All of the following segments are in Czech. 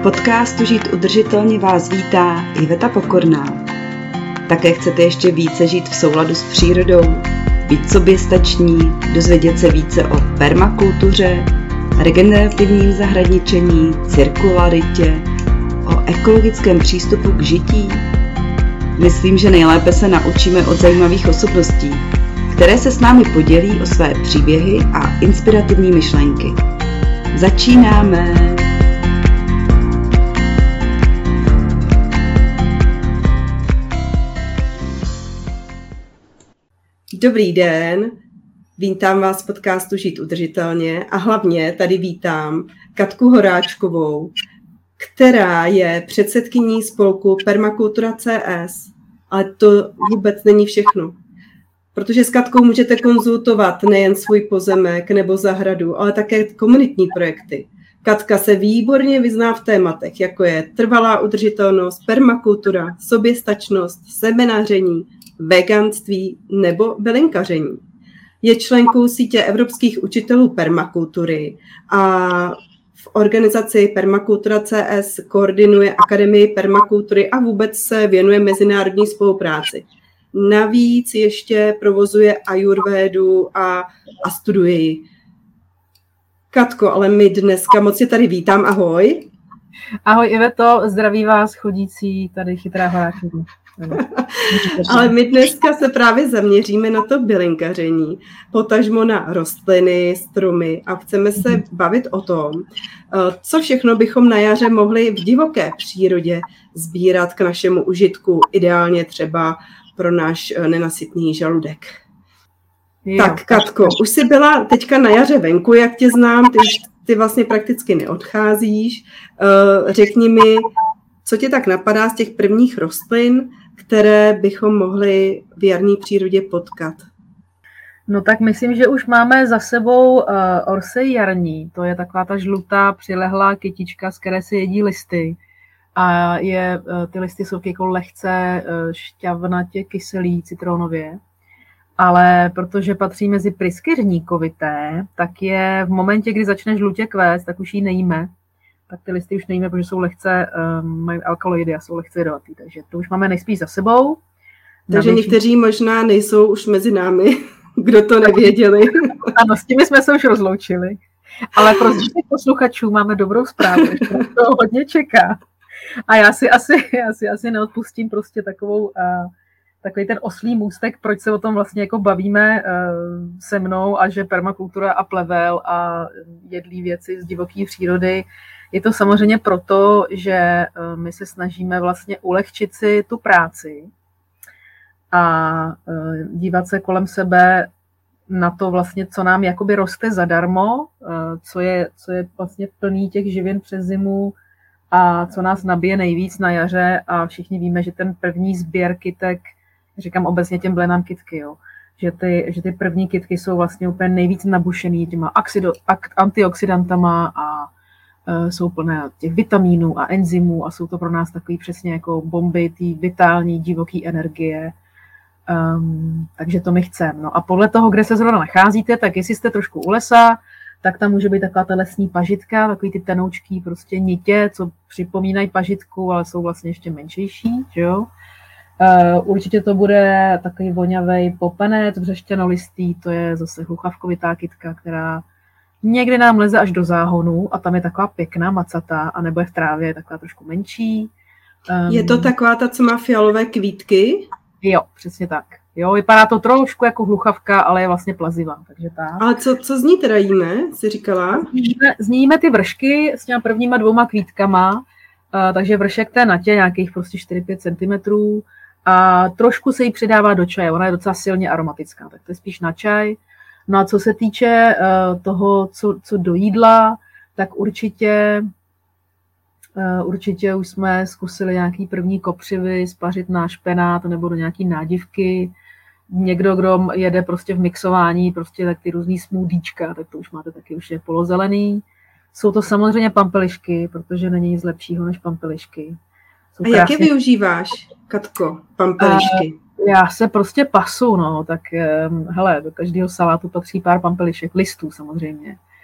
podcastu Žít udržitelně vás vítá Iveta Pokorná. Také chcete ještě více žít v souladu s přírodou, být soběstační, dozvědět se více o permakultuře, regenerativním zahradničení, cirkularitě, o ekologickém přístupu k žití? Myslím, že nejlépe se naučíme od zajímavých osobností, které se s námi podělí o své příběhy a inspirativní myšlenky. Začínáme! Dobrý den, vítám vás v podcastu Žít udržitelně a hlavně tady vítám Katku Horáčkovou, která je předsedkyní spolku Permakultura CS. Ale to vůbec není všechno, protože s Katkou můžete konzultovat nejen svůj pozemek nebo zahradu, ale také komunitní projekty. Katka se výborně vyzná v tématech, jako je trvalá udržitelnost, permakultura, soběstačnost, semenaření, veganství nebo bylinkaření. Je členkou sítě evropských učitelů permakultury a v organizaci Permakultura CS koordinuje Akademii permakultury a vůbec se věnuje mezinárodní spolupráci. Navíc ještě provozuje ajurvédu a studuje ji. Katko, ale my dneska moc tě tady vítám, ahoj. Ahoj Iveto, zdraví vás chodící tady chytrá Horáčková. Ale my dneska se právě zaměříme na to bylinkaření, potažmo na rostliny, stromy a chceme se bavit o tom, co všechno bychom na jaře mohli v divoké přírodě sbírat k našemu užitku, ideálně třeba pro náš nenasytný žaludek. Jo. Tak Katko, už jsi byla teďka na jaře venku, jak tě znám, ty vlastně prakticky neodcházíš. Řekni mi, co tě tak napadá z těch prvních rostlin, které bychom mohli v jarní přírodě potkat? No tak myslím, že už máme za sebou orsej jarní. To je taková ta žlutá přilehlá kytička, z které se jedí listy. A ty listy jsou jako lehce šťavnatě kyselý, citronově. Ale protože patří mezi pryskyřníkovité, tak je v momentě, kdy začne žlutě kvést, tak už ji nejíme. Tak ty listy už nejíme, protože jsou lehce, mají alkaloidy a jsou lehce jedovatý. Takže to už máme nejspíš za sebou. Takže někteří možná nejsou už mezi námi, kdo to nevěděli. Ano, s těmi jsme se už rozloučili. Ale pro zbytek posluchačů máme dobrou zprávu, že to hodně čeká. A já si asi neodpustím prostě takový ten oslý můstek, proč se o tom vlastně jako bavíme se mnou a že permakultura a plevel a jedlí věci z divoké přírody. Je to samozřejmě proto, že my se snažíme vlastně ulehčit si tu práci a dívat se kolem sebe na to vlastně, co nám jakoby roste zadarmo, co je vlastně plný těch živin přes zimu a co nás nabije nejvíc na jaře a všichni víme, že ten první sběr kytek, říkám obecně těm blenám kytky, jo, že ty první kytky jsou vlastně úplně nejvíc nabušený těma antioxidantama a jsou plné těch vitamínů a enzymů a jsou to pro nás takový přesně jako bomby té vitální, divoký energie. Takže to my chceme. No a podle toho, kde se zrovna nacházíte, tak jestli jste trošku u lesa, tak tam může být taková ta lesní pažitka, takový ty tenoučký prostě nitě, co připomínají pažitku, ale jsou vlastně ještě menšejší, že jo. Určitě to bude takový vonavý popenec, břešťanolistý, to je zase hluchavkovitá kytka, která někdy nám leze až do záhonu a tam je taková pěkná macatá, anebo je v trávě je taková trošku menší. Je to taková ta, co má fialové kvítky? Jo, přesně tak. Jo, vypadá to trošku jako hluchavka, ale je vlastně plazivá, takže tak. Ale co z ní teda jíme, jsi říkala? Z ní jíme ty vršky s těma prvníma 2 kvítkama, takže vršek té natě nějakých prostě 4-5 cm a trošku se jí přidává do čaje, ona je docela silně aromatická, tak to je spíš na čaj. No a co se týče toho, co do jídla, tak určitě už jsme zkusili nějaký první kopřivy spařit na špenát nebo do nějaký nádivky. Někdo, kdo jede prostě v mixování, prostě tak ty různý smoothíčka, tak to už máte taky, už je polozelený. Jsou to samozřejmě pampelišky, protože není nic lepšího než pampelišky. A jak je využíváš, Katko, pampelišky? Já se prostě pasu, no, tak hele, do každého salátu patří pár pampelišek, listů samozřejmě.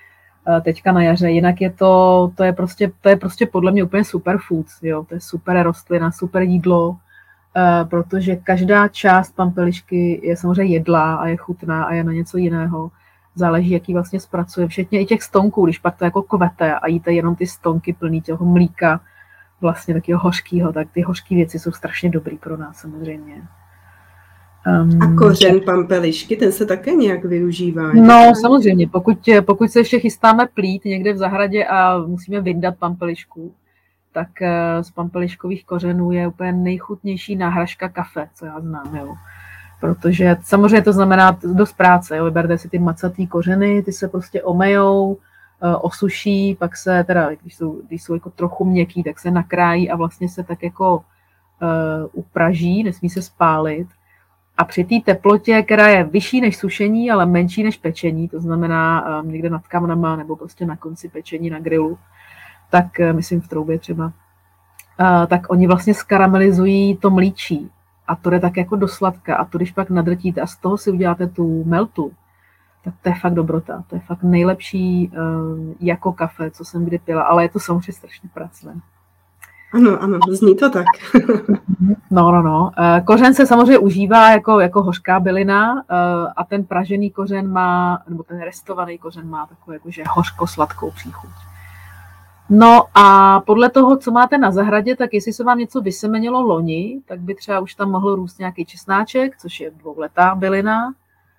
teďka na jaře. Jinak to je prostě podle mě úplně superfoods, jo. To je super rostlina, super jídlo, protože každá část pampelišky je samozřejmě jedlá a je chutná a je na něco jiného. Záleží, jaký vlastně zpracuje, včetně i těch stonků, když pak to jako kvete a jíte jenom ty stonky plný toho mlíka, vlastně takového hořkýho, tak ty hořké věci jsou strašně dobrý pro nás samozřejmě. A kořen pampelišky, ten se také nějak využívá? No samozřejmě, pokud se ještě chystáme plít někde v zahradě a musíme vyndat pampelišku, tak z pampeliškových kořenů je úplně nejchutnější náhražka kafe, co já znám, jo. Protože samozřejmě to znamená dost práce, jo. Vyberte si ty macatý kořeny, ty se prostě omejou, osuší, pak se teda, když jsou jako trochu měkký, tak se nakrájí a vlastně se tak jako upraží, nesmí se spálit. A při té teplotě, která je vyšší než sušení, ale menší než pečení, to znamená někde nad kamnama nebo prostě na konci pečení na grilu, tak myslím v troubě třeba, tak oni vlastně skaramelizují to mlíčí. A to jde tak jako do sladka. A to, když pak nadrtíte a z toho si uděláte tu meltu, tak to je fakt dobrota. To je fakt nejlepší jako kafe, co jsem kdy pila. Ale je to samozřejmě strašně pracné. Ano, zní to tak. No. Kořen se samozřejmě užívá jako hořká bylina a ten pražený kořen má, nebo ten restovaný kořen má takovou jakože hořko-sladkou příchuť. No a podle toho, co máte na zahradě, tak jestli se vám něco vysemenilo loni, tak by třeba už tam mohl růst nějaký česnáček, což je 2letá bylina.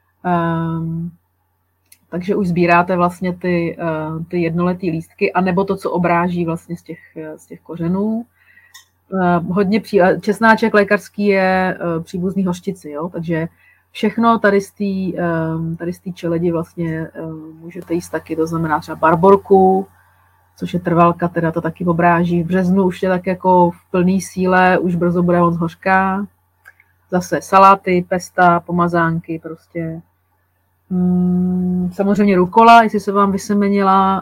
Takže už sbíráte vlastně ty jednoletý lístky, anebo to, co obráží vlastně z těch kořenů. Hodně česnáček lékařský je příbuzný hořčici, jo? Takže všechno tady z té čeledi vlastně můžete jíst taky, to znamená třeba barborku, což je trvalka, teda to taky obráží. V březnu už je tak jako v plné síle, už brzo bude moc hořká. Zase saláty, pesta, pomazánky prostě. Samozřejmě rukola, jestli se vám vysemenila.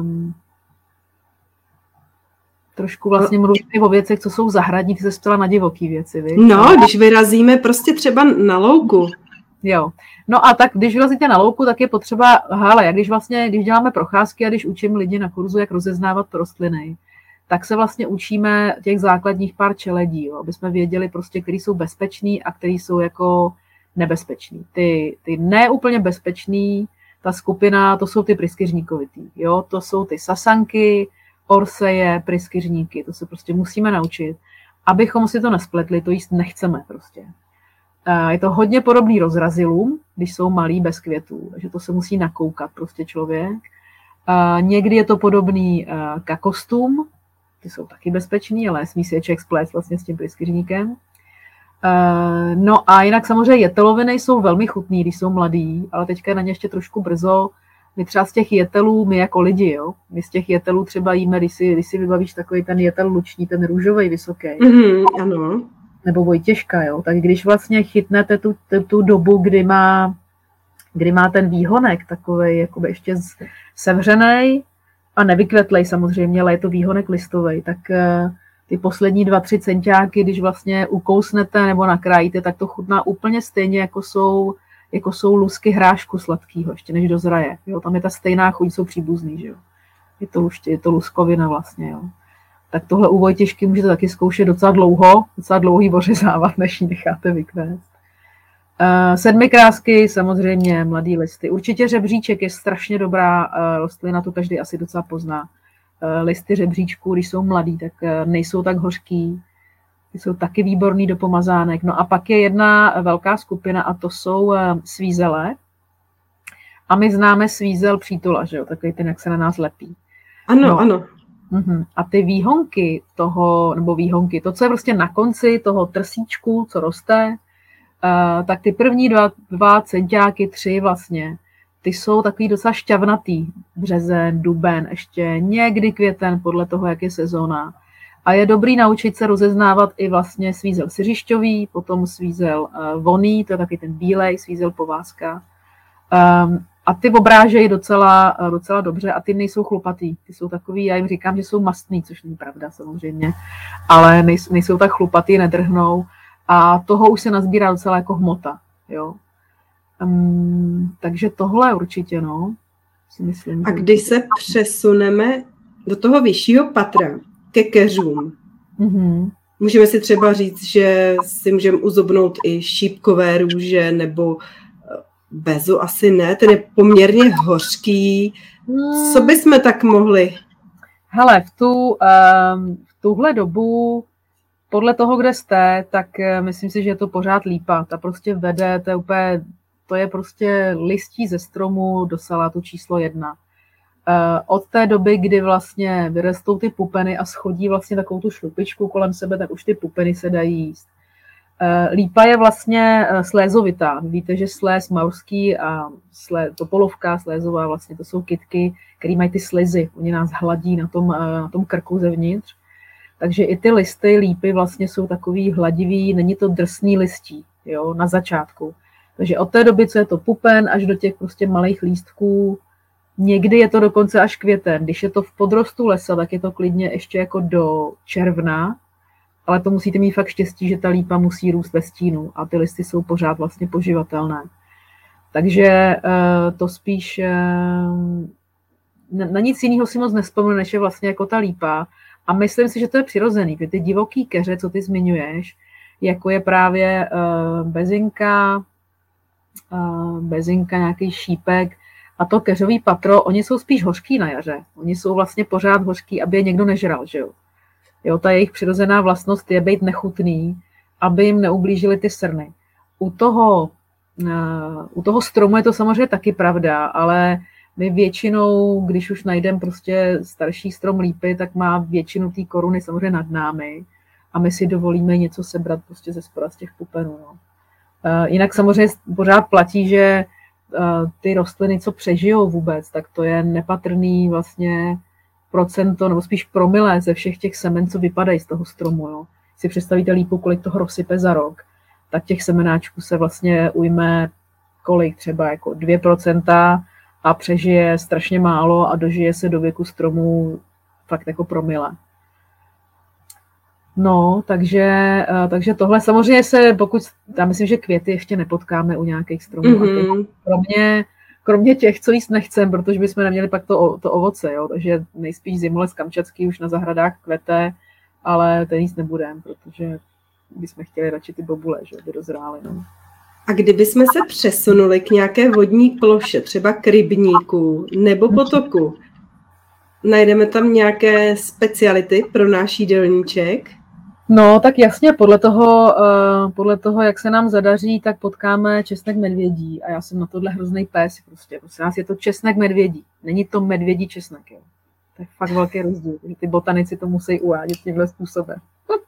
Trošku vlastně mluvím o věcech, co jsou zahradní, ty se stala na divoký věci, víš? No, když vyrazíme prostě třeba na louku. Jo. No a tak, když vyrazíte na louku, tak je potřeba, když děláme procházky a když učím lidi na kurzu, jak rozeznávat rostliny, tak se vlastně učíme těch základních pár čeledí, jo, aby jsme věděli prostě, který jsou bezpečný a který jsou jako nebezpečný. Ty neúplně bezpečný, ta skupina, to jsou ty pryskyřníkovitý, jo, to jsou ty sasanky, orseje, pryskyřníky, to se prostě musíme naučit. Abychom si to nespletli, to jíst nechceme prostě. Je to hodně podobný rozrazilům, když jsou malí bez květů, takže to se musí nakoukat prostě člověk. Někdy je to podobný kakostům, ty jsou taky bezpečný, ale smí si je člověk splést vlastně s tím pryskyřníkem. No a jinak samozřejmě jeteloviny jsou velmi chutný, když jsou mladý, ale teďka je na ně ještě trošku brzo. My třeba z těch jetelů, my jako lidi, jo, my z těch jetelů třeba jíme, když si vybavíš takový ten jetel luční, ten růžový vysoký. Ano. Nebo Vojtěžka, jo, tak když vlastně chytnete tu dobu, kdy má ten výhonek takovej jakoby ještě sevřenej a nevykvetlej samozřejmě, ale je to výhonek listovej, tak ty poslední 2-3 centiáky, když vlastně ukousnete nebo nakrájíte, tak to chutná úplně stejně, jako jsou lusky hrášku sladkýho, ještě než dozraje. Jo, tam je ta stejná chuť, jsou příbuzný, že jo. Je to luskovina vlastně, jo. Tak tohle u Vojtěžky můžete taky zkoušet docela dlouhý ořezávat, než ji necháte vykvést. Sedmikrásky, samozřejmě mladý listy. Určitě řebříček je strašně dobrá rostlina, tu každý asi docela pozná. Listy řebříčku, když jsou mladý, tak nejsou tak hořký. Ty jsou taky výborný do pomazánek. No a pak je jedna velká skupina a to jsou svízele. A my známe svízel přítula, že jo? Takový ten, jak se na nás lepí. Ano. A ty výhonky to, co je prostě na konci toho trsíčku, co roste, tak ty první dva centiáky, 3 vlastně, ty jsou takový docela šťavnatý. Březen, duben, ještě někdy květen, podle toho, jak je sezóna. A je dobrý naučit se rozeznávat i vlastně svízel siřišťový, potom svízel voný, to je taky ten bílej, svízel povázka. A ty obrážejí docela dobře a ty nejsou chlupatý. Ty jsou takový, já jim říkám, že jsou mastný, což není pravda samozřejmě, ale nejsou tak chlupatý, nedrhnou. A toho už se nazbírá docela jako hmota. Jo. Takže tohle určitě, no. si myslím. A když se přesuneme do toho vyššího patra, ke keřům, můžeme si třeba říct, že si můžeme uzobnout i šípkové růže, nebo bezu asi ne, ten je poměrně hořký. Co bychom tak mohli? Hele, v tuhle dobu, podle toho, kde jste, tak myslím si, že je to pořád lípa. Ta prostě vede, to je prostě listí ze stromu do salátu číslo 1. Od té doby, kdy vlastně vyrostou ty pupeny a schodí vlastně takovou tu šlupičku kolem sebe, tak už ty pupeny se dají jíst. Lípa je vlastně slézovitá. Víte, že sléz morský a topolovka slézová, vlastně to jsou kytky, které mají ty slizy. Oni nás hladí na tom krku zevnitř. Takže i ty listy lípy vlastně jsou takový hladivý, není to drsný listí, jo, na začátku. Takže od té doby, co je to pupen, až do těch prostě malých lístků, někdy je to dokonce až květen. Když je to v podrostu lesa, tak je to klidně ještě jako do června, ale to musíte mít fakt štěstí, že ta lípa musí růst ve stínu a ty listy jsou pořád vlastně poživatelné. Takže to spíš na nic jiného si moc nevzpomenu, než je vlastně jako ta lípa. A myslím si, že to je přirozený, protože ty divoký keře, co ty zmiňuješ, jako je právě bezinka, nějaký šípek a to keřový patro, oni jsou spíš hořký na jaře. Oni jsou vlastně pořád hořký, aby je někdo nežral, že jo. Jo, ta jejich přirozená vlastnost je být nechutný, aby jim neublížily ty srny. U toho stromu je to samozřejmě taky pravda, ale my většinou, když už najdeme prostě starší strom lípy, tak má většinu té koruny samozřejmě nad námi a my si dovolíme něco sebrat prostě ze spoda z těch pupenů. No. Jinak samozřejmě pořád platí, že ty rostliny, co přežijou vůbec, tak to je nepatrný vlastně procento, nebo spíš promile ze všech těch semen, co vypadají z toho stromu. Jo. Si představíte lípu, kolik toho rozsype za rok, tak těch semenáčků se vlastně ujme kolik, třeba jako 2% a přežije strašně málo a dožije se do věku stromu fakt jako promile. No, takže tohle samozřejmě já myslím, že květy ještě nepotkáme u nějakých stromů. Mm-hmm. A kromě těch, co jíst nechcem, protože bychom neměli pak to ovoce, jo? Takže nejspíš zimolec kamčatský už na zahradách kvete, ale ten jíst nebudeme, protože bychom chtěli radši ty bobule, že by dozrály. No. A kdybychom se přesunuli k nějaké vodní ploše, třeba k rybníku nebo potoku, najdeme tam nějaké speciality pro náš jídelníček? No, tak jasně, podle toho, jak se nám zadaří, tak potkáme česnek medvědí a já jsem na tohle hrozný pes prostě. Prostě nás je to česnek medvědí, není to medvědí česnek, jo. To je fakt velký rozdíl, ty botanici to musí uvádět tímhle způsobem.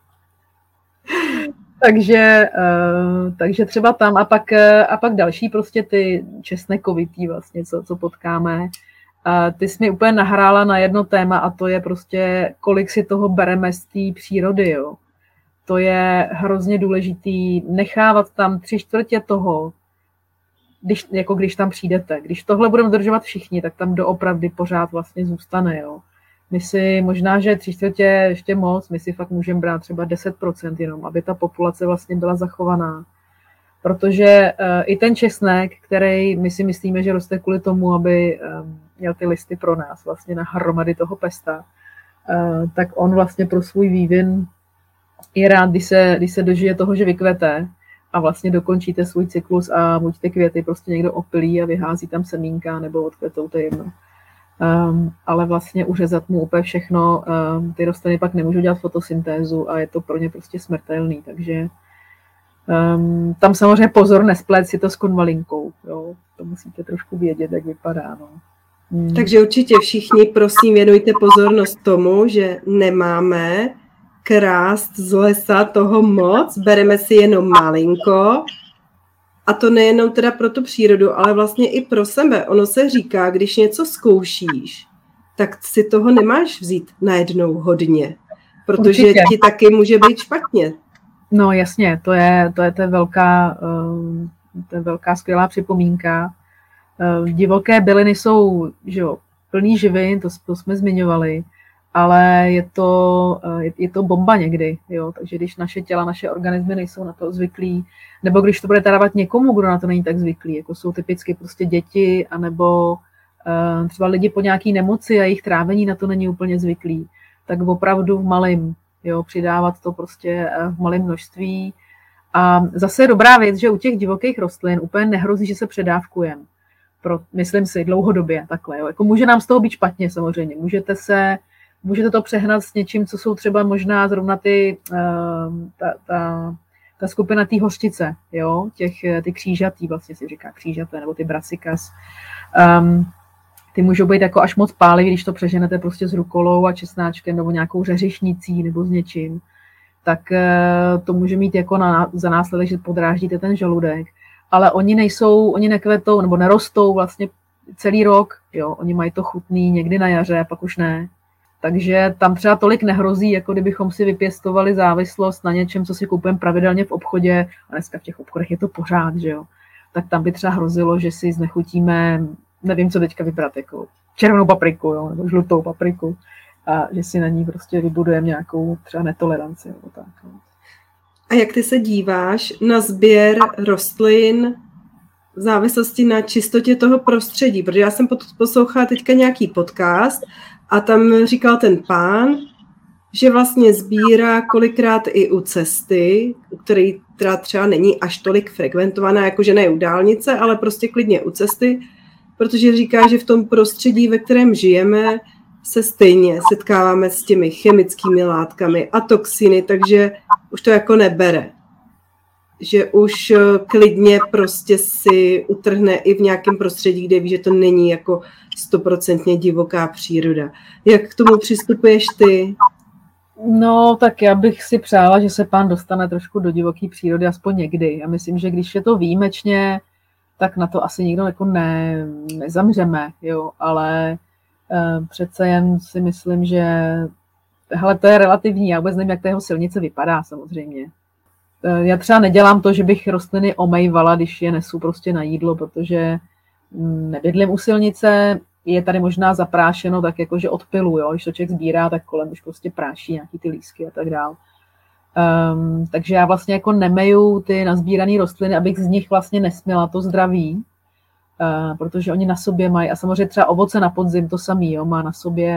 Takže třeba tam a pak další prostě ty česnekovitý vlastně, co potkáme. Ty jsi mi úplně nahrála na jedno téma a to je prostě, kolik si toho bereme z té přírody, jo. To je hrozně důležitý nechávat tam 3/4 toho, když tam přijdete. Když tohle budeme dodržovat všichni, tak tam doopravdy pořád vlastně zůstane, jo. My si možná, že 3/4 ještě moc, my si fakt můžeme brát třeba 10% jenom, aby ta populace vlastně byla zachovaná. Protože i ten česnek, který my si myslíme, že roste kvůli tomu, aby měl ty listy pro nás vlastně na hromady toho pesta, tak on vlastně pro svůj vývin je rád, když se dožije toho, že vykvete a vlastně dokončíte svůj cyklus a buď ty květy prostě někdo opilí a vyhází tam semínka nebo odkvetou, to je jedno. Ale vlastně uřezat mu úplně všechno, ty rostliny pak nemůžou dělat fotosyntézu a je to pro ně prostě smrtelný, takže tam samozřejmě pozor, nesplet si to s konvalinkou, jo? To musíte trošku vědět, jak vypadá, no. Takže určitě všichni, prosím, věnujte pozornost tomu, že nemáme krást z lesa toho moc, bereme si jenom malinko a to nejenom teda pro tu přírodu, ale vlastně i pro sebe. Ono se říká, když něco zkoušíš, tak si toho nemáš vzít najednou hodně, protože určitě ti taky může být špatně. No jasně, to je velká skvělá připomínka. Divoké byliny jsou, že jo, plný živin, to jsme zmiňovali, ale je to bomba někdy, jo, takže když naše těla, naše organismy nejsou na to zvyklí, nebo když to budete dávat někomu, kdo na to není tak zvyklý, jako jsou typicky prostě děti, anebo třeba lidi po nějaký nemoci a jejich trávení na to není úplně zvyklý, tak opravdu v malém, jo, přidávat to prostě v malém množství. A zase je dobrá věc, že u těch divokých rostlin úplně nehrozí, že se předávkujeme. Myslím si, dlouhodobě takhle. Jo. Jako může nám z toho být špatně samozřejmě. Můžete to přehnat s něčím, co jsou třeba možná zrovna ta skupina té hořčice, jo, ty křížatý, vlastně si říká křížaté, nebo ty brassicas. Ty můžou být jako až moc pálivý, když to přeženete prostě s rukolou a česnáčkem nebo nějakou řeřišnicí nebo s něčím, tak to může mít jako za následek, že podráždíte ten žaludek. Ale oni nekvetou nebo nerostou vlastně celý rok, jo, oni mají to chutný někdy na jaře, pak už ne. Takže tam třeba tolik nehrozí, jako kdybychom si vypěstovali závislost na něčem, co si koupíme pravidelně v obchodě, a dneska v těch obchodech je to pořád, že jo. Tak tam by třeba hrozilo, že si znechutíme, nevím, co teďka vybrat, jako červenou papriku, jo, nebo žlutou papriku, a že si na ní prostě vybudujeme nějakou třeba netoleranci, nebo tak. No. A jak ty se díváš na sběr rostlin v závislosti na čistotě toho prostředí? Protože já jsem poslouchala teďka nějaký podcast a tam říkal ten pán, že vlastně sbírá kolikrát i u cesty, který třeba není až tolik frekventovaná, jakože ne u dálnice, ale prostě klidně u cesty, protože říká, že v tom prostředí, ve kterém žijeme, se stejně setkáváme s těmi chemickými látkami a toxiny, takže už to jako nebere. Že už klidně prostě si utrhne i v nějakém prostředí, kde ví, že to není jako 100% divoká příroda. Jak k tomu přistupuješ ty? No, tak já bych si přála, že se pán dostane trošku do divoké přírody, aspoň někdy. Já myslím, že když je to výjimečně, tak na to asi nikdo jako nezamřeme, jo, ale přece jen si myslím, že hele, to je relativní, já vůbec nevím, jak ta jeho silnice vypadá samozřejmě. Já třeba nedělám to, že bych rostliny omejvala, když je nesu prostě na jídlo, protože nebydlím u silnice, je tady možná zaprášeno tak jako, že od pilu, jo? Když to člověk sbírá, tak kolem už prostě práší nějaký ty lístky a tak dál. Takže já vlastně jako nemeju ty nazbírané rostliny, abych z nich vlastně nesměla to zdraví, protože oni na sobě mají, a samozřejmě třeba ovoce na podzim to samý, jo? Má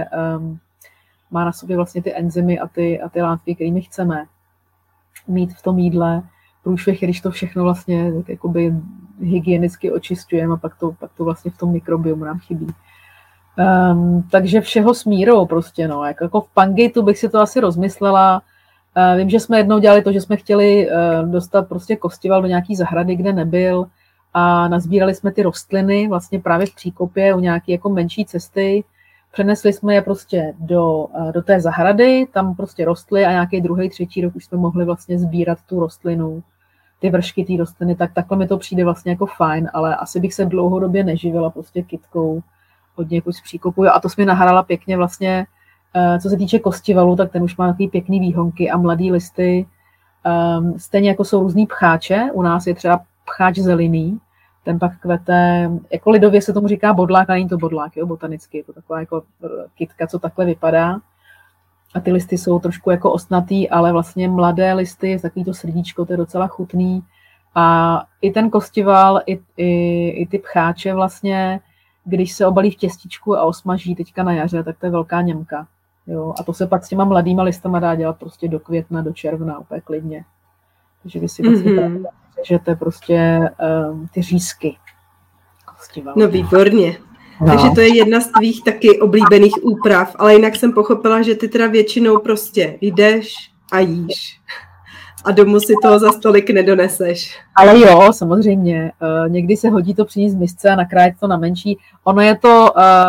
na sobě vlastně ty enzymy a ty látky, kterými chceme mít v tom jídle. Průšvih, když to všechno vlastně tak jakoby hygienicky očistujeme a pak to vlastně v tom mikrobiomu nám chybí. Takže všeho s mírou prostě, no. Jako v Pangeitu bych si to asi rozmyslela. Vím, že jsme jednou dělali to, že jsme chtěli dostat prostě kostival do nějaký zahrady, kde nebyl, a nazbírali jsme ty rostliny vlastně právě v příkopě u nějaké jako menší cesty. Přenesli jsme je prostě do té zahrady, tam prostě rostly a nějaký druhý, třetí rok už jsme mohli vlastně sbírat tu rostlinu, ty vršky té rostliny, tak takhle mi to přijde vlastně jako fajn, ale asi bych se dlouhodobě neživila prostě kytkou od někud z příkopu. A to jsme nahrala pěkně vlastně, co se týče kostivalu, tak ten už má takový pěkný výhonky a mladý listy. Stejně jako jsou různý pcháče, u nás je třeba pcháč zelený, ten pak kvete, jako lidově se tomu říká bodlák, a není to bodlák, jo, botanicky, je to taková jako kytka, co takhle vypadá. A ty listy jsou trošku jako ostnatý, ale vlastně mladé listy, takový to srdíčko, to je docela chutný. A i ten kostival, i ty pcháče vlastně, když se obalí v těstičku a osmaží teďka na jaře, tak to je velká němka. Jo. A to se pak s těma mladýma listama dá dělat prostě do května, do června, úplně klidně. Takže vy si vlastně řežete prostě ty řízky kostivalu. No výborně. No. Takže to je jedna z tvých taky oblíbených úprav, ale jinak jsem pochopila, že ty teda většinou prostě jdeš a jíš. A domů si toho za stolik nedoneseš. Ale jo, samozřejmě. Někdy se hodí to přinést z misce a nakrájet to na menší. Ono je to...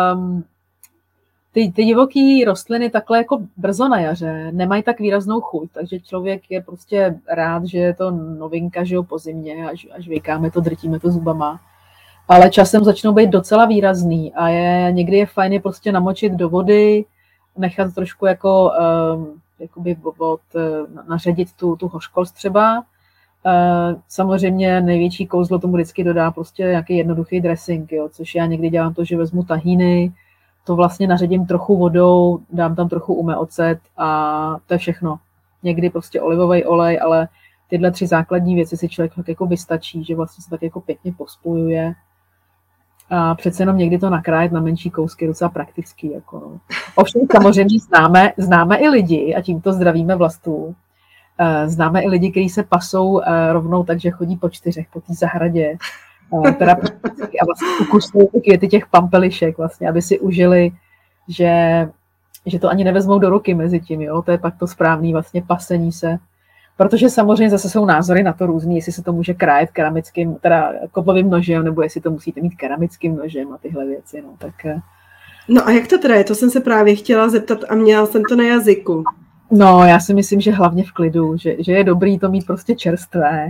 Ty divoký rostliny takhle jako brzo na jaře nemají tak výraznou chuť, takže člověk je prostě rád, že je to novinka, že jo, po zimě, až vykáme to, drtíme to zubama. Ale časem začnou být docela výrazný a někdy je fajn je prostě namočit do vody, nechat trošku jako jakoby naředit tu hořkost třeba. Samozřejmě největší kouzlo tomu vždycky dodá prostě nějaký jednoduchý dressing, jo, což já někdy dělám to, že vezmu tahíny, to vlastně naředím trochu vodou, dám tam trochu ume ocet a to je všechno. Někdy prostě olivový olej, ale tyhle 3 základní věci si člověk jako vystačí, že vlastně se tak jako pěkně pospojuje. A přece jenom někdy to nakrájet na menší kousky je docela praktický. Jako no. Ovšem samozřejmě známe i lidi, a tímto zdravíme Vlastu, známe i lidi, kteří se pasou rovnou tak, že chodí po 4 po té zahradě. Teda a vlastně ukusují ty květy těch pampelišek, vlastně, aby si užili, že to ani nevezmou do ruky mezi tím, jo? To je pak to správný vlastně pasení se. Protože samozřejmě zase jsou názory na to různý, jestli se to může krájet keramickým, teda kopovým nožem, nebo jestli to musíte mít keramickým nožem a tyhle věci, no, tak... No a jak to teda je? To jsem se právě chtěla zeptat a měla jsem to na jazyku. No, já si myslím, že hlavně v klidu, že je dobrý to mít prostě čerstvé.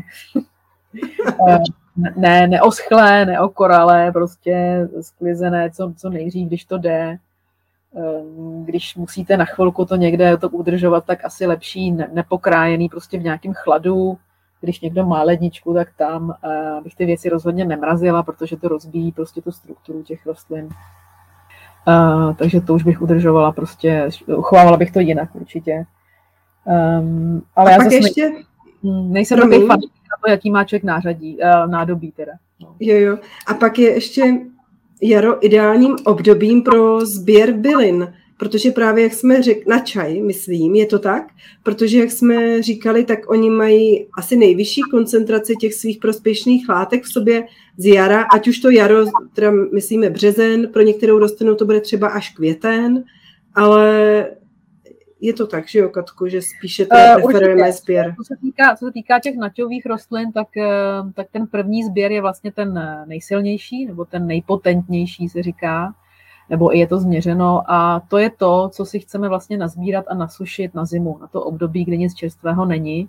Neoschlé, neokoralé, prostě sklizené, co nejdřív, když to jde. Když musíte na chvilku to někde to udržovat, tak asi lepší nepokrájený prostě v nějakém chladu. Když někdo má ledničku, tak tam bych ty věci rozhodně nemrazila, protože to rozbíjí prostě tu strukturu těch rostlin. Takže to už bych udržovala prostě, uchovávala bych to jinak určitě. Ale a já pak zase ještě... nejsem takový fan na to, jaký má člověk nádobí teda. No. Jo. A pak je ještě jaro ideálním obdobím pro sběr bylin, protože právě, jak jsme řekli, na čaj, myslím, je to tak, protože, jak jsme říkali, tak oni mají asi nejvyšší koncentraci těch svých prospěšných látek v sobě z jara, ať už to jaro, teda myslíme březen, pro některou rostlinu to bude třeba až květen, ale je to tak, že jo, Katku, že spíše preferujeme sběr. Co se týká těch naťových rostlin, tak ten první sběr je vlastně ten nejsilnější, nebo ten nejpotentnější se říká, nebo je to změřeno a to je to, co si chceme vlastně nazbírat a nasušit na zimu, na to období, kdy nic čerstvého není.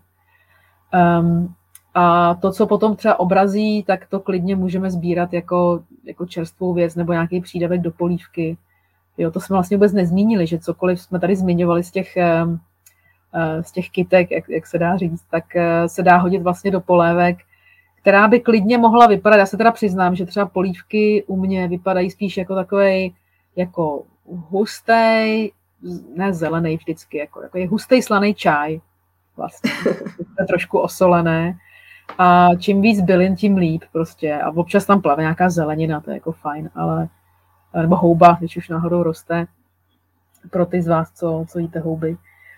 A to, co potom třeba obrazí, tak to klidně můžeme sbírat jako čerstvou věc nebo nějaký přídavek do polívky. Jo, to jsme vlastně vůbec nezmínili, že cokoliv jsme tady zmiňovali z těch kytek, jak se dá říct, tak se dá hodit vlastně do polévek, která by klidně mohla vypadat. Já se teda přiznám, že třeba polívky u mě vypadají spíš jako takovej jako hustý, ne zelený vždycky, jako je hustý slaný čaj vlastně. To je trošku osolené. A čím víc bylin, tím líp prostě. A občas tam plave nějaká zelenina, to je jako fajn, ale nebo houba, když už náhodou roste, pro ty z vás, co jíte houby.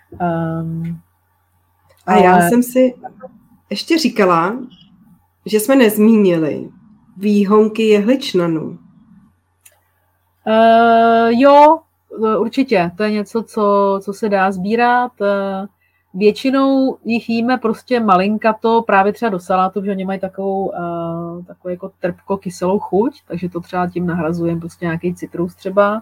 A já jsem si ještě říkala, že jsme nezmínili výhonky jehličnanů. Jo, určitě. To je něco, co se dá sbírat. Většinou jich jíme prostě malinkato, právě třeba do salátu, že oni mají takovou jako trpko-kyselou chuť, takže to třeba tím nahrazujeme prostě nějaký citrus třeba.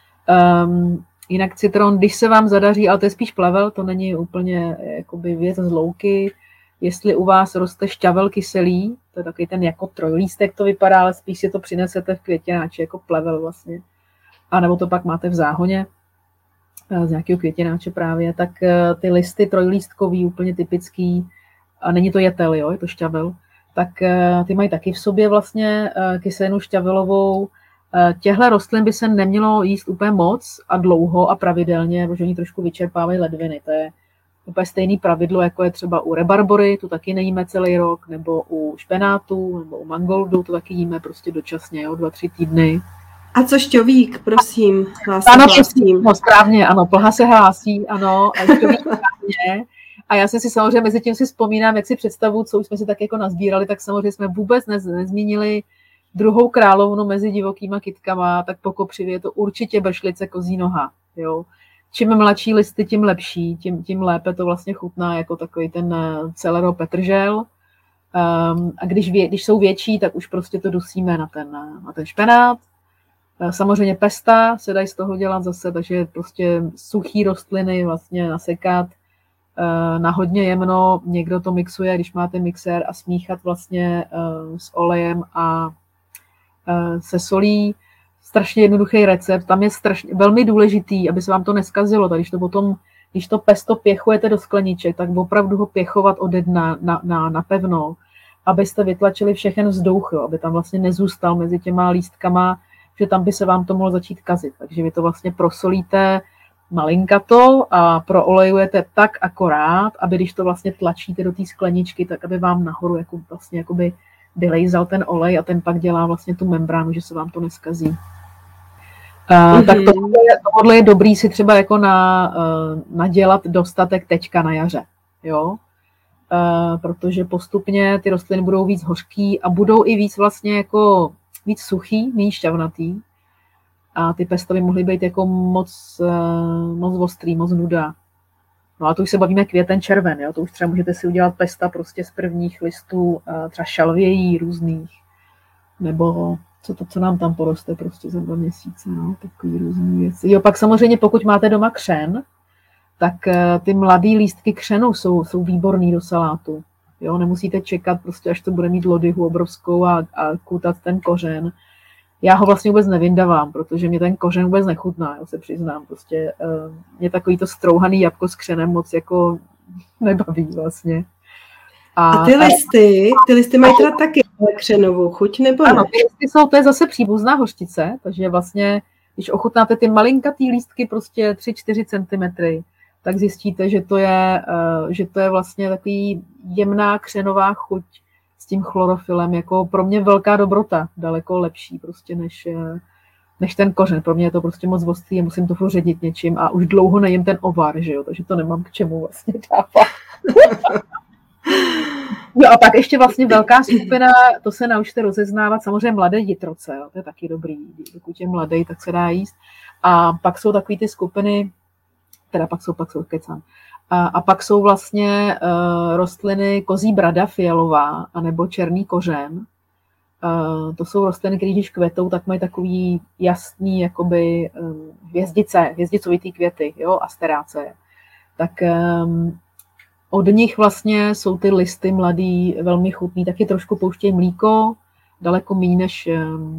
Jinak citron, když se vám zadaří, ale to je spíš plevel, to není úplně jakoby věc z louky. Jestli u vás roste šťavel kyselý, to je takový ten jako trojlístek to vypadá, ale spíš si to přinesete v květináči jako plevel vlastně. A nebo to pak máte v záhoně z nějakého květináče právě, tak ty listy trojlístkový, úplně typický, a není to jetel, jo, je to šťavel, tak ty mají taky v sobě vlastně kyselinu šťavelovou. Těhle rostlin by se nemělo jíst úplně moc a dlouho a pravidelně, protože oni trošku vyčerpávají ledviny. To je úplně stejné pravidlo, jako je třeba u rebarbory, tu taky nejíme celý rok, nebo u špenátu, nebo u mangoldu, to taky jíme prostě dočasně, jo, 2-3 týdny. A co šťovík, prosím, ano, no, správně, ano, plha se hlásí, ano, a šťovík správně. A já jsem si samozřejmě mezi tím si vzpomínám, jak si představu, co už jsme si tak jako nazbírali, tak samozřejmě jsme vůbec nezmínili druhou královnu mezi divokýma kytkama, tak po kopřivě je to určitě bršlice kozí noha, jo. Čím mladší listy, tím lepší, tím lépe to vlastně chutná jako takový ten celero petržel. A když jsou větší, tak už prostě to dusíme na ten špenát. Samozřejmě pesta se dají z toho dělat zase, takže prostě suchý rostliny vlastně nasekat na hodně jemno. Někdo to mixuje, když máte mixér, a smíchat vlastně s olejem a se solí. Strašně jednoduchý recept. Tam je velmi důležitý, aby se vám to neskazilo. Takže to potom, když to pesto pěchujete do skleniček, tak opravdu ho pěchovat ode dna na pevno, abyste vytlačili všechen vzduch, jo, aby tam vlastně nezůstal mezi těma lístkama, že tam by se vám to mohlo začít kazit. Takže vy to vlastně prosolíte malinkato a proolejujete tak akorát, aby když to vlastně tlačíte do té skleničky, tak aby vám nahoru jakoby vylejzal ten olej a ten pak dělá vlastně tu membránu, že se vám to neskazí. Tak tohle je dobrý si třeba jako nadělat dostatek teďka na jaře, jo? Protože postupně ty rostliny budou víc hořký a budou i víc vlastně jako víc suchý, méně šťavnatý a ty pesta by mohly být jako moc ostrý, moc nuda. No a to už se bavíme květen, červen, jo? To už třeba můžete si udělat pesta prostě z prvních listů třeba šalvějí různých, nebo co nám tam poroste prostě za 2 měsíce, no, takový různý věci. Jo, pak samozřejmě pokud máte doma křen, tak ty mladý lístky křenu jsou výborný do salátu. Jo, nemusíte čekat prostě, až to bude mít lodyhu obrovskou a kutat ten kořen. Já ho vlastně vůbec nevyndavám, protože mě ten kořen vůbec nechutná, já se přiznám. Prostě mě takový to strouhaný jabko s křenem moc jako nebaví vlastně. A ty listy mají teda taky křenovou chuť, nebo ne? Ano, ty listy to je zase příbuzná hořčice, takže vlastně, když ochutnáte ty malinkatý lístky, prostě 3-4 cm, tak zjistíte, že to je vlastně takový jemná křenová chuť s tím chlorofilem, jako pro mě velká dobrota, daleko lepší prostě než ten kořen. Pro mě je to prostě moc ostrý a musím to poředit něčím a už dlouho nejím ten ovar, že jo, takže to nemám k čemu vlastně dávat. No a pak ještě vlastně velká skupina, to se naučte rozeznávat, samozřejmě mladé jitroce, jo, to je taky dobrý, dokud je mladý, tak se dá jíst. A pak jsou takový ty skupiny, pak jsou kecám. A pak jsou vlastně rostliny kozí brada fialová, anebo černý kořen. To jsou rostliny, které když kvetou, tak mají takový jasný, jakoby hvězdicovitý květy, jo, asteráce. Tak od nich vlastně jsou ty listy mladý velmi chutný, taky trošku pouštějí mlíko, daleko méně než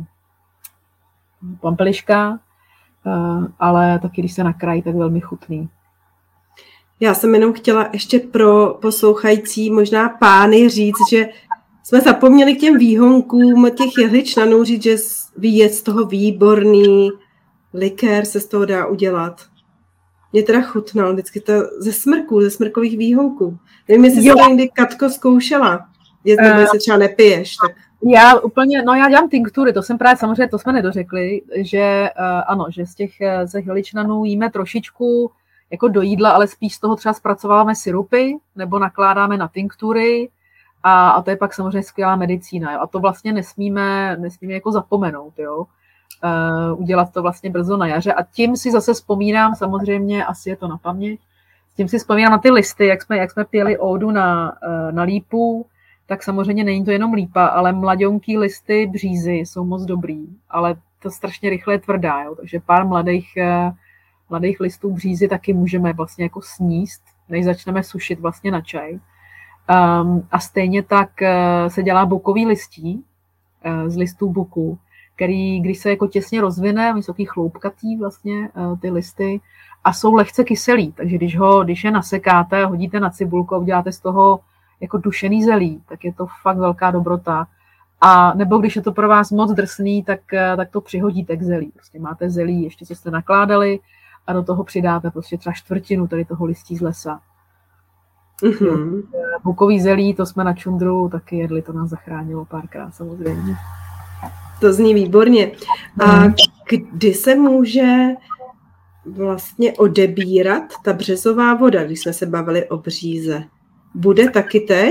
pampeliška, ale taky když se nakrájí, tak velmi chutný. Já jsem jenom chtěla ještě pro poslouchající možná pány říct, že jsme zapomněli k těm výhonkům těch jehličnanů říct, že je z toho výborný likér, se z toho dá udělat. Mě teda chutnal vždycky to ze smrkových výhonků. Nevím, jestli jsi to někdy, Katko, zkoušela. Jestli třeba nepiješ, tak... Já dělám tinktury, to jsem právě samozřejmě, to jsme nedořekli, že ano, že z těch jehličnanů jíme trošičku jako do jídla, ale spíš z toho třeba zpracováváme sirupy, nebo nakládáme na tinktury a to je pak samozřejmě skvělá medicína. Jo? A to vlastně nesmíme jako zapomenout, jo? Udělat to vlastně brzo na jaře a tím si zase vzpomínám, samozřejmě asi je to na paměť, tím si vzpomínám na ty listy, jak jsme pěli ódu na lípu, tak samozřejmě není to jenom lípa, ale mladěnký listy břízy jsou moc dobrý, ale to strašně rychle je tvrdá, jo? Takže pár mladých listů břízy taky můžeme vlastně jako sníst, než začneme sušit vlastně na čaj. A stejně tak se dělá bukový listí z listů buku, který, když se jako těsně rozvine, jsou taky chloupkatý vlastně ty listy a jsou lehce kyselý, takže když je nasekáte, hodíte na cibulku a uděláte z toho jako dušený zelí, tak je to fakt velká dobrota. A nebo když je to pro vás moc drsný, tak to přihodíte k zelí. Prostě máte zelí, ještě co jste nakládali a do toho přidáte prostě třeba 1/4 tady toho listí z lesa. Mm-hmm. Bukový zelí, to jsme na čundru taky jedli, to nás zachránilo párkrát samozřejmě. To zní výborně. A kdy se může vlastně odebírat ta březová voda, když jsme se bavili o bříze? Bude taky teď?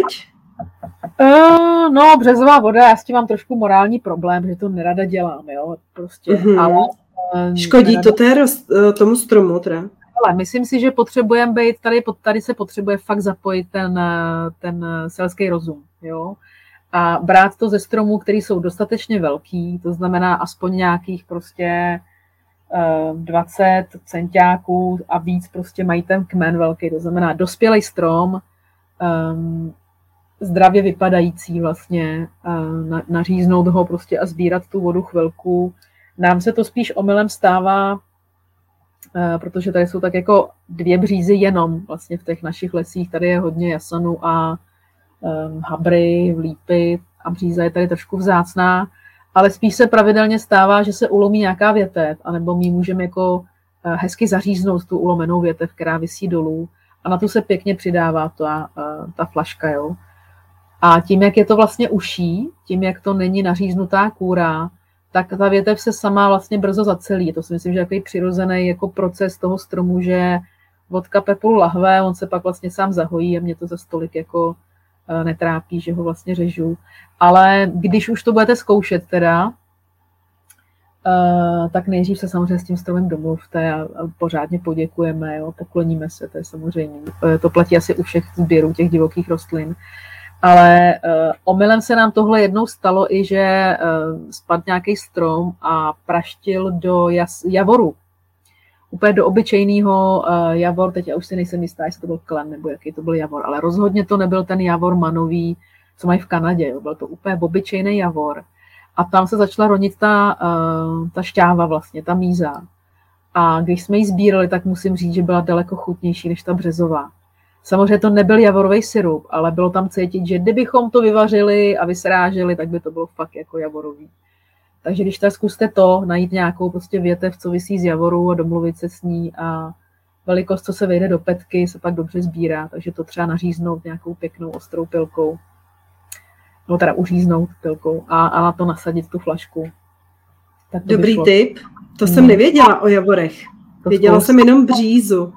No, březová voda, já s tím mám trošku morální problém, že to nerada dělám, jo, prostě, ale... Škodí to tomu stromu teda? Ale myslím si, že potřebujeme být, tady se potřebuje fakt zapojit ten selský rozum, jo, a brát to ze stromů, který jsou dostatečně velký, to znamená aspoň nějakých prostě 20 centiáků a víc prostě mají ten kmen velký, to znamená dospělý strom, zdravě vypadající vlastně, naříznout ho prostě a sbírat tu vodu chvilku. Nám se to spíš omylem stává, protože tady jsou tak jako 2 břízy jenom vlastně v těch našich lesích, tady je hodně jasanu a habry, lípy a bříza je tady trošku vzácná, ale spíš se pravidelně stává, že se ulomí nějaká větev, anebo my můžeme jako hezky zaříznout tu ulomenou větev, která visí dolů a na tu se pěkně přidává ta flaška, jo. A tím, jak je to vlastně uší, tím, jak to není naříznutá kůra, tak ta větev se sama vlastně brzo zacelí. To si myslím, že je takový přirozený jako proces toho stromu, že vodka pepelu lahve, on se pak vlastně sám zahojí a mě to za stolik jako netrápí, že ho vlastně řežu. Ale když už to budete zkoušet teda, tak nejdřív se samozřejmě s tím stromem domluvte a pořádně poděkujeme, jo, pokloníme se, to je samozřejmě. To platí asi u všech sběrů těch divokých rostlin. Ale omylem se nám tohle jednou stalo i, že spadl nějaký strom a praštil do javoru. Úplně do obyčejného javor, teď já už si nejsem jistá, jestli to byl klen nebo jaký to byl javor, ale rozhodně to nebyl ten javor manový, co mají v Kanadě, jo. Byl to úplně obyčejný javor. A tam se začala ronit ta šťáva vlastně, ta míza. A když jsme ji sbírali, tak musím říct, že byla daleko chutnější než ta březová. Samozřejmě to nebyl javorový sirup, ale bylo tam cítit, že kdybychom to vyvařili a vysráželi, tak by to bylo fakt jako javorový. Takže když tak zkuste to, najít nějakou prostě větev, co visí z javoru a domluvit se s ní a velikost, co se vejde do petky, se pak dobře sbírá, takže to třeba naříznout nějakou pěknou ostrou pilkou, no teda uříznout pilkou a na to nasadit tu flašku. Tak dobrý tip, to jsem nevěděla o javorech, věděla jsem jenom břízu.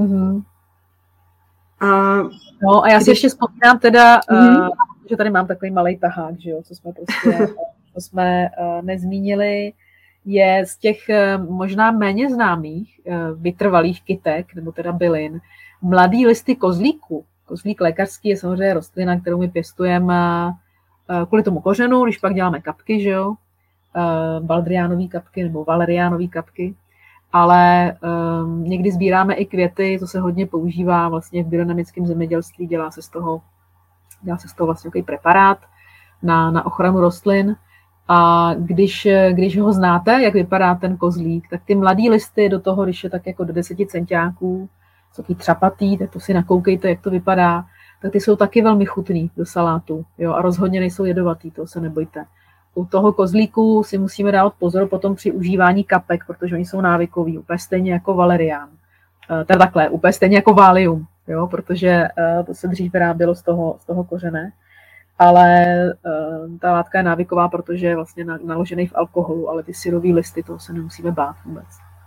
No a já si ještě vzpomínám teda, že tady mám takový malej tahák, že jo, co jsme prostě nezmínili, je z těch možná méně známých vytrvalých kytek, nebo teda bylin, mladý listy kozlíku. Kozlík lékařský je samozřejmě rostlina, kterou my pěstujeme kvůli tomu kořenu, když pak děláme kapky, že jo, baldriánové kapky nebo valeriánové kapky. Ale někdy sbíráme i květy, to se hodně používá vlastně v biodynamickém zemědělství, dělá se z toho vlastně takový preparát na ochranu rostlin. A když ho znáte, jak vypadá ten kozlík, tak ty mladý listy do toho, když je tak jako do 10 centiáků, jsou taky třapatý, tak to si nakoukejte, jak to vypadá, tak ty jsou taky velmi chutný do salátu, jo, a rozhodně nejsou jedovatý, to se nebojte. U toho kozlíku si musíme dávat pozor potom při užívání kapek, protože oni jsou návykoví, úplně stejně jako valerián. Teda takhle, úplně stejně jako valium, jo, protože to se dřív vyrábělo z toho kořene. Ale ta látka je návyková, protože je vlastně naložený v alkoholu, ale ty syrový listy, toho se nemusíme bát vůbec.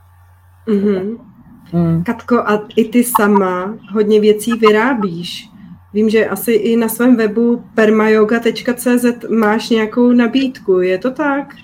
Katko, a i ty sama hodně věcí vyrábíš. Vím, že asi i na svém webu permayoga.cz máš nějakou nabídku, je to tak?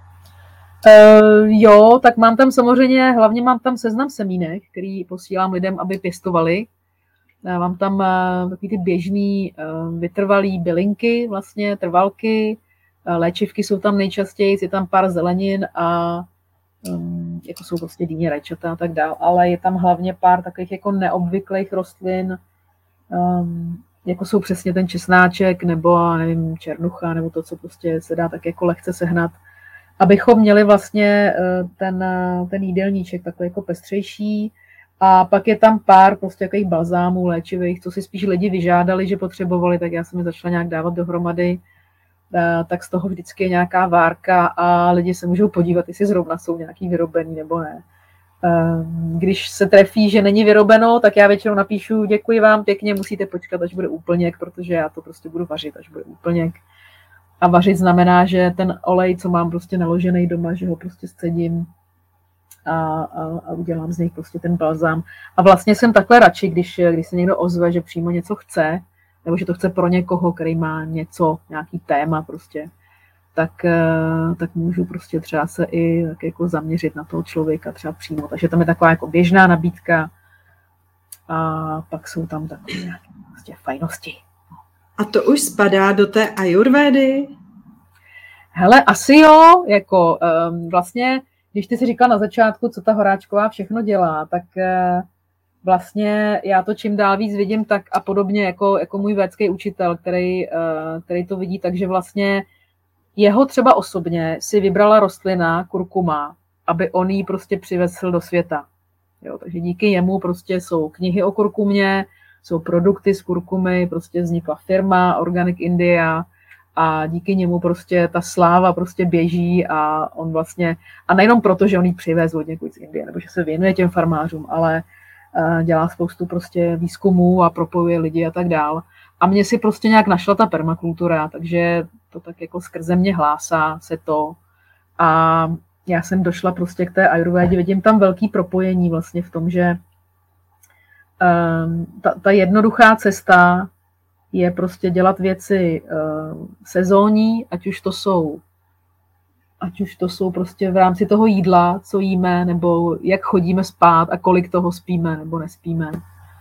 Jo, tak mám tam samozřejmě, hlavně mám tam seznam semínek, který posílám lidem, aby pěstovali. Mám tam takový ty běžný vytrvalý bylinky, vlastně trvalky, léčivky jsou tam nejčastěji, je tam pár zelenin a jako jsou prostě dýně, rajčata a tak dále, ale je tam hlavně pár takových jako neobvyklých rostlin, jako jsou přesně ten česnáček nebo nevím, černucha nebo to, co prostě se dá tak jako lehce sehnat, abychom měli vlastně ten jídelníček takový jako pestřejší. A pak je tam pár prostě takových balzámů léčivých, co si spíš lidi vyžádali, že potřebovali, tak já jsem je začala nějak dávat dohromady, tak z toho vždycky je nějaká várka a lidi se můžou podívat, jestli zrovna jsou nějaký vyrobený nebo ne. Když se trefí, že není vyrobeno, tak já většinou napíšu, děkuji vám pěkně, musíte počkat, až bude úplněk, protože já to prostě budu vařit, až bude úplněk. A vařit znamená, že ten olej, co mám prostě naložený doma, že ho prostě scedím a udělám z něj prostě ten balzám. A vlastně jsem takhle radši, když se někdo ozve, že přímo něco chce, nebo že to chce pro někoho, který má nějaký téma prostě, tak můžu prostě třeba se i tak jako zaměřit na toho člověka třeba přímo. Takže tam je taková jako běžná nabídka a pak jsou tam takové nějaké prostě fajnosti. A to už spadá do té ajurvédy? Hele, asi jo, jako vlastně, když ty jsi říkala na začátku, co ta Horáčková všechno dělá, tak vlastně já to čím dál víc vidím tak a podobně jako můj védský učitel, který to vidí, takže vlastně jeho třeba osobně si vybrala rostlina kurkuma, aby on ji prostě přivezl do světa. Jo, takže díky jemu prostě jsou knihy o kurkumě, jsou produkty z kurkumy, prostě vznikla firma Organic India a díky němu prostě ta sláva prostě běží a on vlastně, a nejenom proto, že on ji přivez od někud z Indie, nebo že se věnuje těm farmářům, ale dělá spoustu prostě výzkumů a propojuje lidi a tak dál. A mě si prostě nějak našla ta permakultura, takže to tak jako skrze mě hlásá se to. A já jsem došla prostě k té ajurvédě, vidím tam velký propojení vlastně v tom, že ta jednoduchá cesta je prostě dělat věci sezónní, ať už to jsou prostě v rámci toho jídla, co jíme, nebo jak chodíme spát a kolik toho spíme nebo nespíme.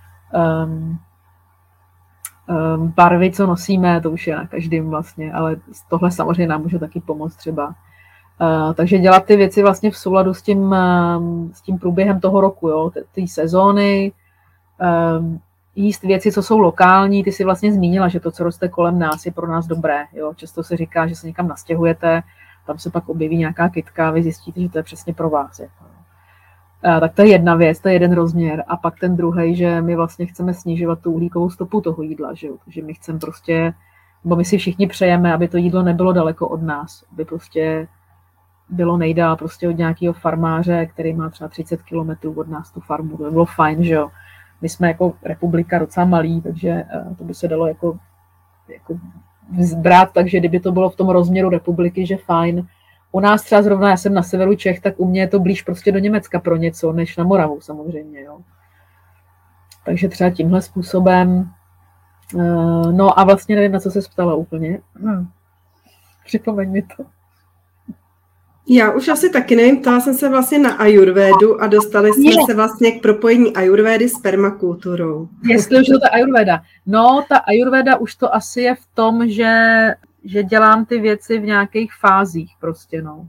Barvy, co nosíme, to už je na každém vlastně, ale tohle samozřejmě nám může taky pomoct třeba. Takže dělat ty věci vlastně v souladu s tím průběhem toho roku, jo, ty sezóny, jíst věci, co jsou lokální. Ty si vlastně zmínila, že to, co roste kolem nás, je pro nás dobré. Jo. Často se říká, že se někam nastěhujete, tam se pak objeví nějaká kytka a vy zjistíte, že to je přesně pro vás. Jako. Tak to je jedna věc, to je jeden rozměr. A pak ten druhý, že my vlastně chceme snižovat tu uhlíkovou stopu toho jídla. Že jo. Takže my chceme prostě, nebo my si všichni přejeme, aby to jídlo nebylo daleko od nás, aby prostě bylo nejdál prostě od nějakého farmáře, který má třeba 30 kilometrů od nás tu farmu. To by bylo fajn, že jo. My jsme jako republika docela malý, takže to by se dalo jako brát, takže kdyby to bylo v tom rozměru republiky, že fajn. U nás třeba zrovna, já jsem na severu Čech, tak u mě je to blíž prostě do Německa pro něco, než na Moravu samozřejmě. Jo. Takže třeba tímhle způsobem. No a vlastně nevím, na co se ptala úplně. Připomeň mi to. Já už asi taky nevím, ptala jsem se vlastně na ajurvédu a dostali jsme se vlastně k propojení ajurvédy s permakulturou. Jestli už je to ta ajurvéda. No, ta ajurvéda už to asi je v tom, že dělám ty věci v nějakých fázích prostě, no.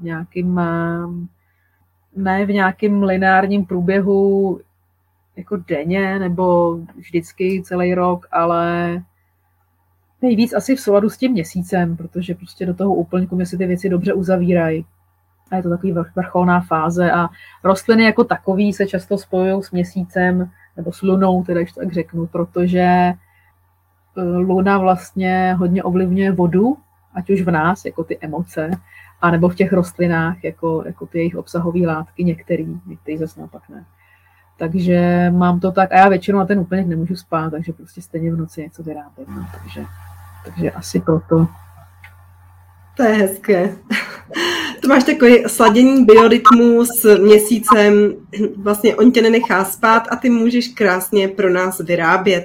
Ne v nějakém lineárním průběhu jako denně nebo vždycky celý rok, ale nejvíc asi v souladu s tím měsícem, protože prostě do toho úplňku mě si ty věci dobře uzavírají. A je to takový vrcholná fáze a rostliny jako takový se často spojují s měsícem nebo s lunou, teda když tak řeknu, protože luna vlastně hodně ovlivňuje vodu, ať už v nás, jako ty emoce, anebo v těch rostlinách, jako ty jejich obsahové látky, některý zase naopak ne. Takže mám to tak, a já většinou na ten úplněk nemůžu spát, takže prostě stejně v noci něco vyrábím. No, takže asi proto. To je hezké. To máš takový sladění biorytmu s měsícem, vlastně on tě nenechá spát a ty můžeš krásně pro nás vyrábět.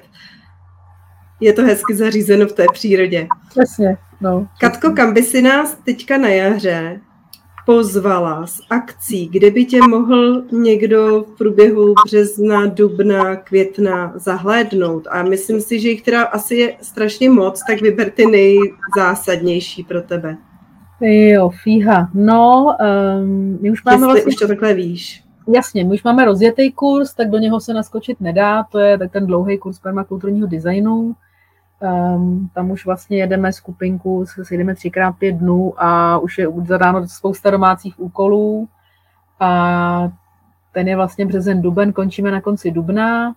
Je to hezky zařízeno v té přírodě. Přesně, no. Katko, kam by si nás teďka na jaře pozvala s akcí, kde by tě mohl někdo v průběhu března, dubna, května zahlédnout? A myslím si, že jich teda asi je strašně moc, tak vyber ty nejzásadnější pro tebe. Jo, fíha. No, my už máme vlastně... už to takhle víš. Jasně, my už máme rozjetý kurz, tak do něho se naskočit nedá, to je tak ten dlouhý kurz permakulturního designu. Tam už vlastně jedeme skupinku, sejdeme 3x5 dnů a už je zadáno spousta domácích úkolů. A ten je vlastně březen, duben, končíme na konci dubna.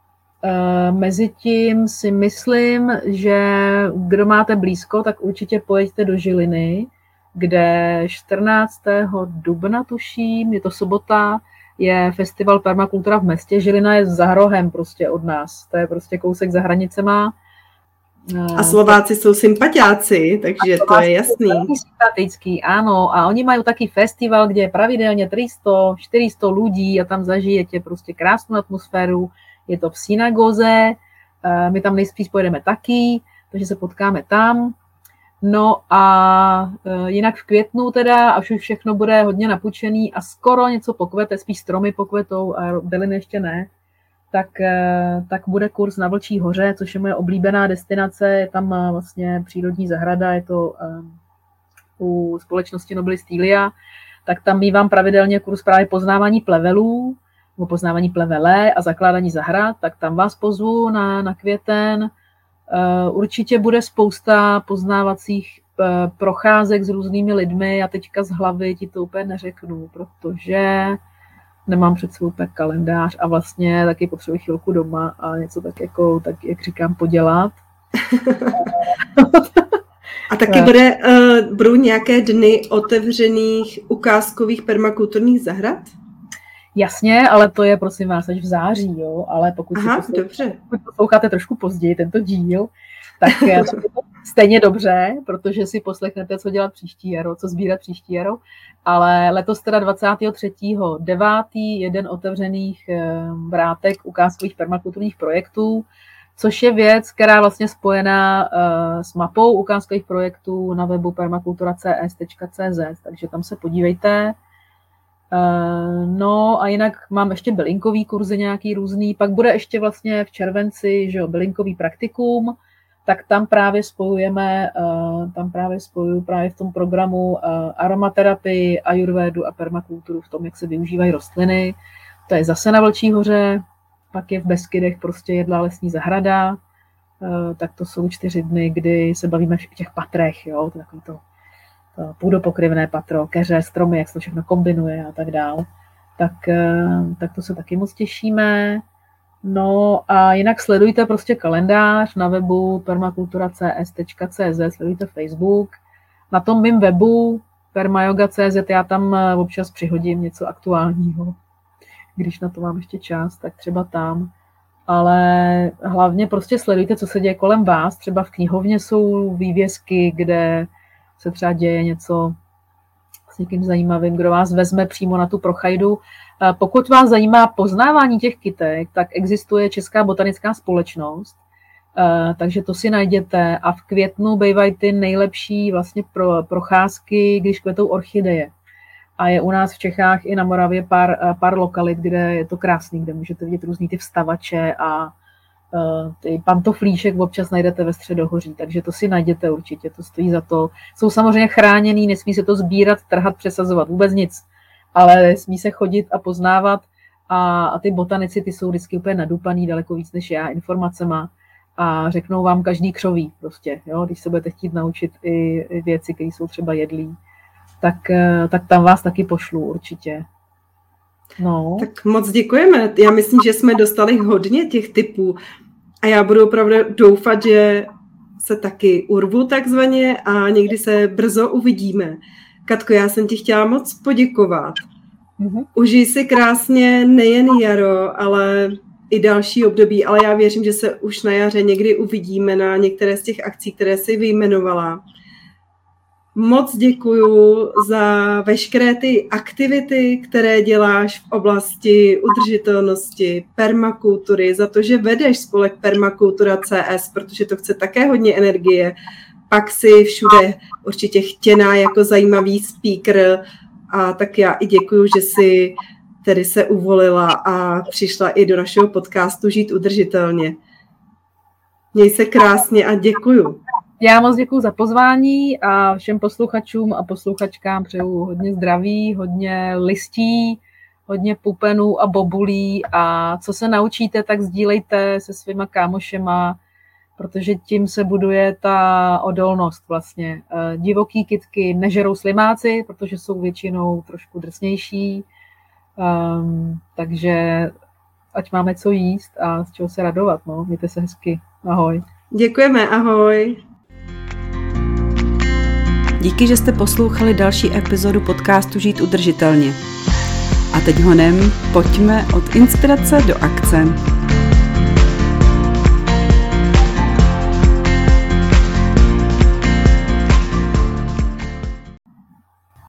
Mezitím si myslím, že kdo máte blízko, tak určitě pojeďte do Žiliny, kde 14. dubna, tuším, je to sobota, je festival Permakultura v městě. Žilina je za rohem prostě od nás, to je prostě kousek za hranicema. A Slováci jsou sympatiáci, takže to je jasný. Sympatický, ano, a oni mají taky festival, kde je pravidelně 300-400 lidí a tam zažijete prostě krásnou atmosféru, je to v synagoze, my tam nejspíš pojedeme taky, takže se potkáme tam. No a jinak v květnu teda, až už všechno bude hodně napučený a skoro něco pokvete, spíš stromy pokvetou a byliny ještě ne, tak bude kurz na Vlčí hoře, což je moje oblíbená destinace, je tam vlastně přírodní zahrada, je to u společnosti Nobilis Tilia, tak tam mívám pravidelně kurz právě poznávání plevelů, nebo poznávání plevele a zakládání zahrad, tak tam vás pozvu na květen. Určitě bude spousta poznávacích procházek s různými lidmi, já teďka z hlavy ti to úplně neřeknu, protože nemám před sebou úplně kalendář a vlastně taky potřebuji chvilku doma a něco tak jako, tak jak říkám, podělat. A taky budou nějaké dny otevřených ukázkových permakulturních zahrad? Jasně, ale to je prosím vás až v září, jo, ale pokud posloucháte trošku později tento díl, tak je to stejně dobře, protože si poslechnete, co dělat příští jaro, co sbírat příští jaro, ale letos teda 23.9. jeden otevřených vrátek ukázkových permakulturních projektů, což je věc, která je vlastně spojená s mapou ukázkových projektů na webu permakultura.cs.cz, takže tam se podívejte. No a jinak mám ještě bylinkový kurzy nějaký různý, pak bude ještě vlastně v červenci, že jo, bylinkový praktikum, tak tam právě spojuju právě v tom programu aromaterapii, ajurvédu a permakulturu v tom, jak se využívají rostliny. To je zase na Vlčí hoře, pak je v Beskydech prostě jedlá lesní zahrada, tak to jsou 4 dny, kdy se bavíme v těch patrech, jo, to je takový to půdopokryvné patro, keře, stromy, jak se to všechno kombinuje a tak dál. Tak to se taky moc těšíme. No a jinak sledujte prostě kalendář na webu permakultura.cs.cz, sledujte Facebook. Na tom mým webu permayoga.cz já tam občas přihodím něco aktuálního. Když na to mám ještě čas, tak třeba tam. Ale hlavně prostě sledujte, co se děje kolem vás. Třeba v knihovně jsou vývězky, kde se třeba děje něco s někým zajímavým, kdo vás vezme přímo na tu prochajdu. Pokud vás zajímá poznávání těch kytek, tak existuje Česká botanická společnost, takže to si najděte a v květnu bývají ty nejlepší vlastně procházky, když kvetou orchideje. A je u nás v Čechách i na Moravě pár lokalit, kde je to krásný, kde můžete vidět různý ty vstavače a ty pantoflíšek občas najdete ve Středohoří, takže to si najděte určitě, to stojí za to. Jsou samozřejmě chráněný, nesmí se to sbírat, trhat, přesazovat, vůbec nic, ale smí se chodit a poznávat a ty botanici, ty jsou vždycky úplně nadupaný daleko víc než já informacema a řeknou vám každý křoví prostě, jo? Když se budete chtít naučit i věci, které jsou třeba jedlí, tak tam vás taky pošlu určitě. No. Tak moc děkujeme. Já myslím, že jsme dostali hodně těch tipů a já budu opravdu doufat, že se taky urvu takzvaně a někdy se brzo uvidíme. Katko, já jsem ti chtěla moc poděkovat. Užij si krásně nejen jaro, ale i další období, ale já věřím, že se už na jaře někdy uvidíme na některé z těch akcí, které jsi vyjmenovala. Moc děkuju za veškeré ty aktivity, které děláš v oblasti udržitelnosti, permakultury, za to, že vedeš spolek Permakultura CS, protože to chce také hodně energie. Pak si všude určitě chtěná jako zajímavý speaker a tak já i děkuju, že jsi tedy se uvolila a přišla i do našeho podcastu Žít udržitelně. Měj se krásně a děkuju. Já moc děkuju za pozvání a všem posluchačům a posluchačkám přeju hodně zdraví, hodně listí, hodně pupenů a bobulí a co se naučíte, tak sdílejte se svýma kámošema, protože tím se buduje ta odolnost vlastně. Divoký kytky nežerou slimáci, protože jsou většinou trošku drsnější, takže ať máme co jíst a z čeho se radovat. No. Mějte se hezky. Ahoj. Děkujeme, ahoj. Díky, že jste poslouchali další epizodu podcastu Žít udržitelně. A teď honem, pojďme od inspirace do akce.